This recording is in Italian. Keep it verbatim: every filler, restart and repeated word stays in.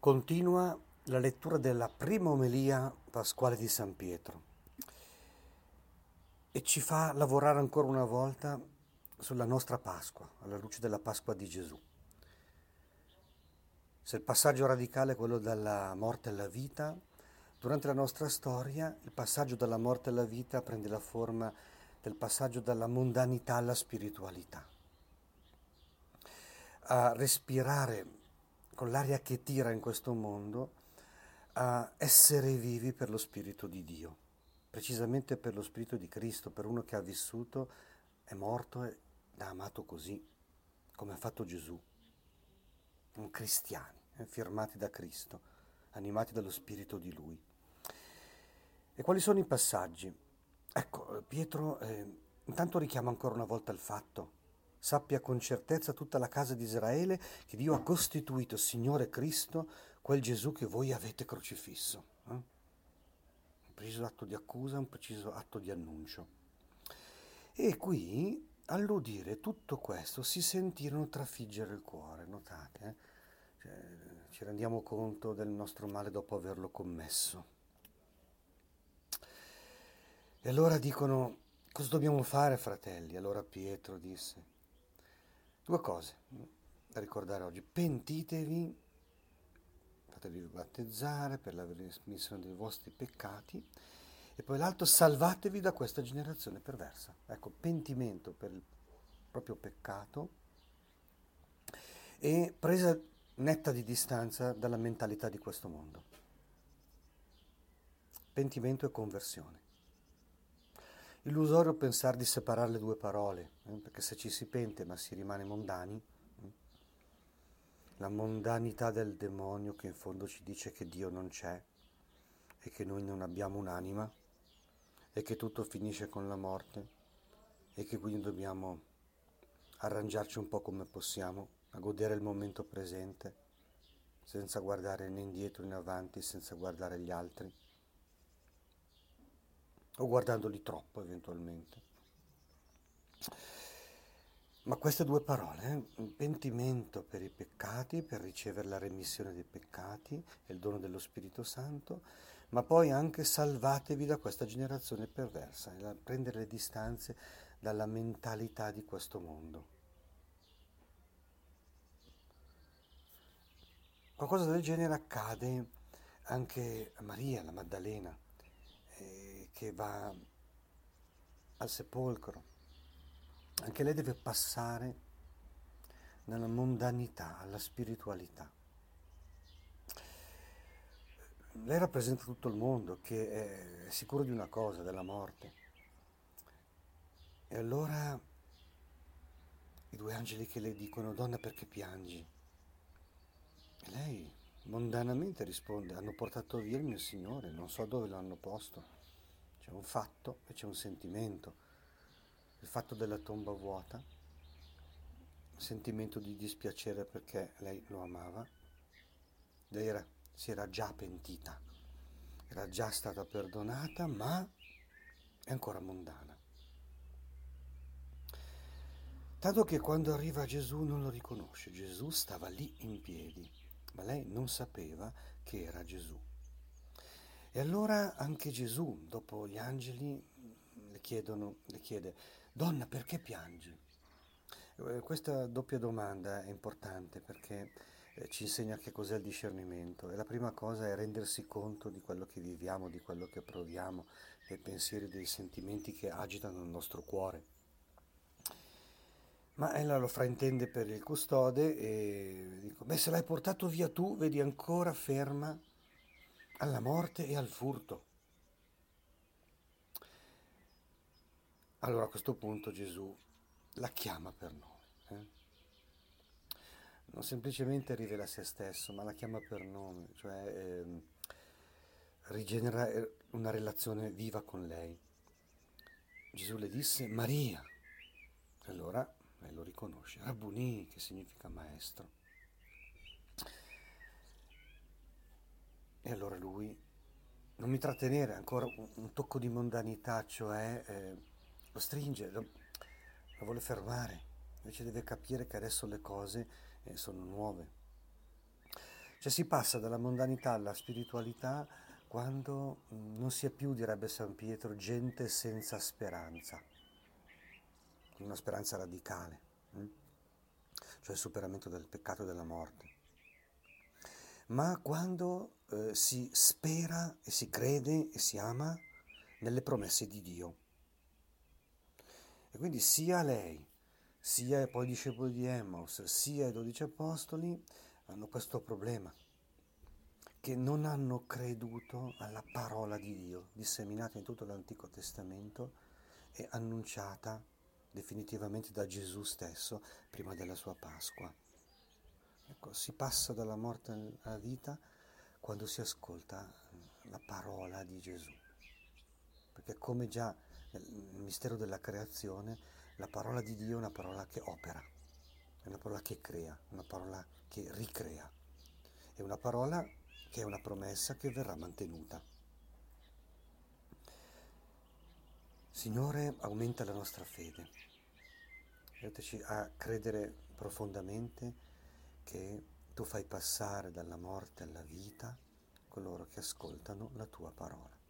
Continua la lettura della prima omelia pasquale di San Pietro e ci fa lavorare ancora una volta sulla nostra Pasqua, alla luce della Pasqua di Gesù. Se il passaggio radicale è quello dalla morte alla vita, durante la nostra storia il passaggio dalla morte alla vita prende la forma del passaggio dalla mondanità alla spiritualità. A respirare con l'aria che tira in questo mondo, a essere vivi per lo Spirito di Dio, precisamente per lo Spirito di Cristo, per uno che ha vissuto, è morto e ha amato così, come ha fatto Gesù. Cristiani, eh, firmati da Cristo, animati dallo Spirito di Lui. E quali sono i passaggi? Ecco, Pietro eh, intanto richiama ancora una volta il fatto: sappia con certezza tutta la casa di Israele che Dio ha costituito Signore Cristo quel Gesù che voi avete crocifisso. Eh? Un preciso atto di accusa, un preciso atto di annuncio. E qui, all'udire tutto questo, si sentirono trafiggere il cuore, notate? Eh? Cioè, ci rendiamo conto del nostro male dopo averlo commesso. E allora dicono: cosa dobbiamo fare, fratelli? Allora Pietro disse due cose da ricordare oggi: pentitevi, fatevi battezzare per la remissione dei vostri peccati, e poi l'altro: salvatevi da questa generazione perversa. Ecco, pentimento per il proprio peccato e presa netta di distanza dalla mentalità di questo mondo. Pentimento e conversione. Illusorio pensare di separare le due parole, eh, perché se ci si pente ma si rimane mondani, eh, la mondanità del demonio che in fondo ci dice che Dio non c'è e che noi non abbiamo un'anima e che tutto finisce con la morte e che quindi dobbiamo arrangiarci un po' come possiamo a godere il momento presente senza guardare né indietro né avanti, senza guardare gli altri o guardandoli troppo eventualmente. Ma queste due parole, eh, pentimento per i peccati, per ricevere la remissione dei peccati e il dono dello Spirito Santo, ma poi anche salvatevi da questa generazione perversa, prendere le distanze dalla mentalità di questo mondo. Qualcosa del genere accade anche a Maria, la Maddalena, eh, che va al sepolcro. Anche lei deve passare dalla mondanità alla spiritualità. Lei rappresenta tutto il mondo che è sicuro di una cosa, della morte. E allora i due angeli che le dicono: donna, perché piangi? E lei mondanamente risponde: hanno portato via il mio Signore, non so dove lo hanno posto. C'è un fatto e c'è un sentimento. Il fatto della tomba vuota, il sentimento di dispiacere perché lei lo amava. Lei era, si era già pentita, era già stata perdonata, ma è ancora mondana. Tanto che quando arriva Gesù non lo riconosce. Gesù stava lì in piedi, ma lei non sapeva che era Gesù. E allora anche Gesù, dopo gli angeli, le, chiedono, le chiede: donna, perché piangi? Questa doppia domanda è importante perché ci insegna che cos'è il discernimento. E la prima cosa è rendersi conto di quello che viviamo, di quello che proviamo, dei pensieri, dei sentimenti che agitano il nostro cuore. Ma ella lo fraintende per il custode e dico: beh, se l'hai portato via tu, vedi ancora ferma alla morte e al furto. Allora a questo punto Gesù la chiama per nome. Eh? Non semplicemente rivela se stesso, ma la chiama per nome, cioè ehm, rigenera una relazione viva con lei. Gesù le disse: Maria. E allora lei lo riconosce: Rabbunì, che significa maestro. E allora lui: non mi trattenere, ancora un, un tocco di mondanità, cioè eh, lo stringe, lo, lo vuole fermare, invece deve capire che adesso le cose eh, sono nuove. Cioè si passa dalla mondanità alla spiritualità quando mm, non si è più, direbbe San Pietro, gente senza speranza, una speranza radicale, mm? Cioè il superamento del peccato e della morte, ma quando eh, si spera e si crede e si ama nelle promesse di Dio. E quindi sia lei, sia poi i discepoli di Emmaus, sia i dodici apostoli hanno questo problema, che non hanno creduto alla parola di Dio, disseminata in tutto l'Antico Testamento e annunciata definitivamente da Gesù stesso prima della sua Pasqua. Ecco, si passa dalla morte alla vita quando si ascolta la parola di Gesù, perché come già nel mistero della creazione, la parola di Dio è una parola che opera, è una parola che crea, una parola che ricrea, è una parola che è una promessa che verrà mantenuta. Signore, aumenta la nostra fede, aiutaci a credere profondamente che tu fai passare dalla morte alla vita coloro che ascoltano la tua parola.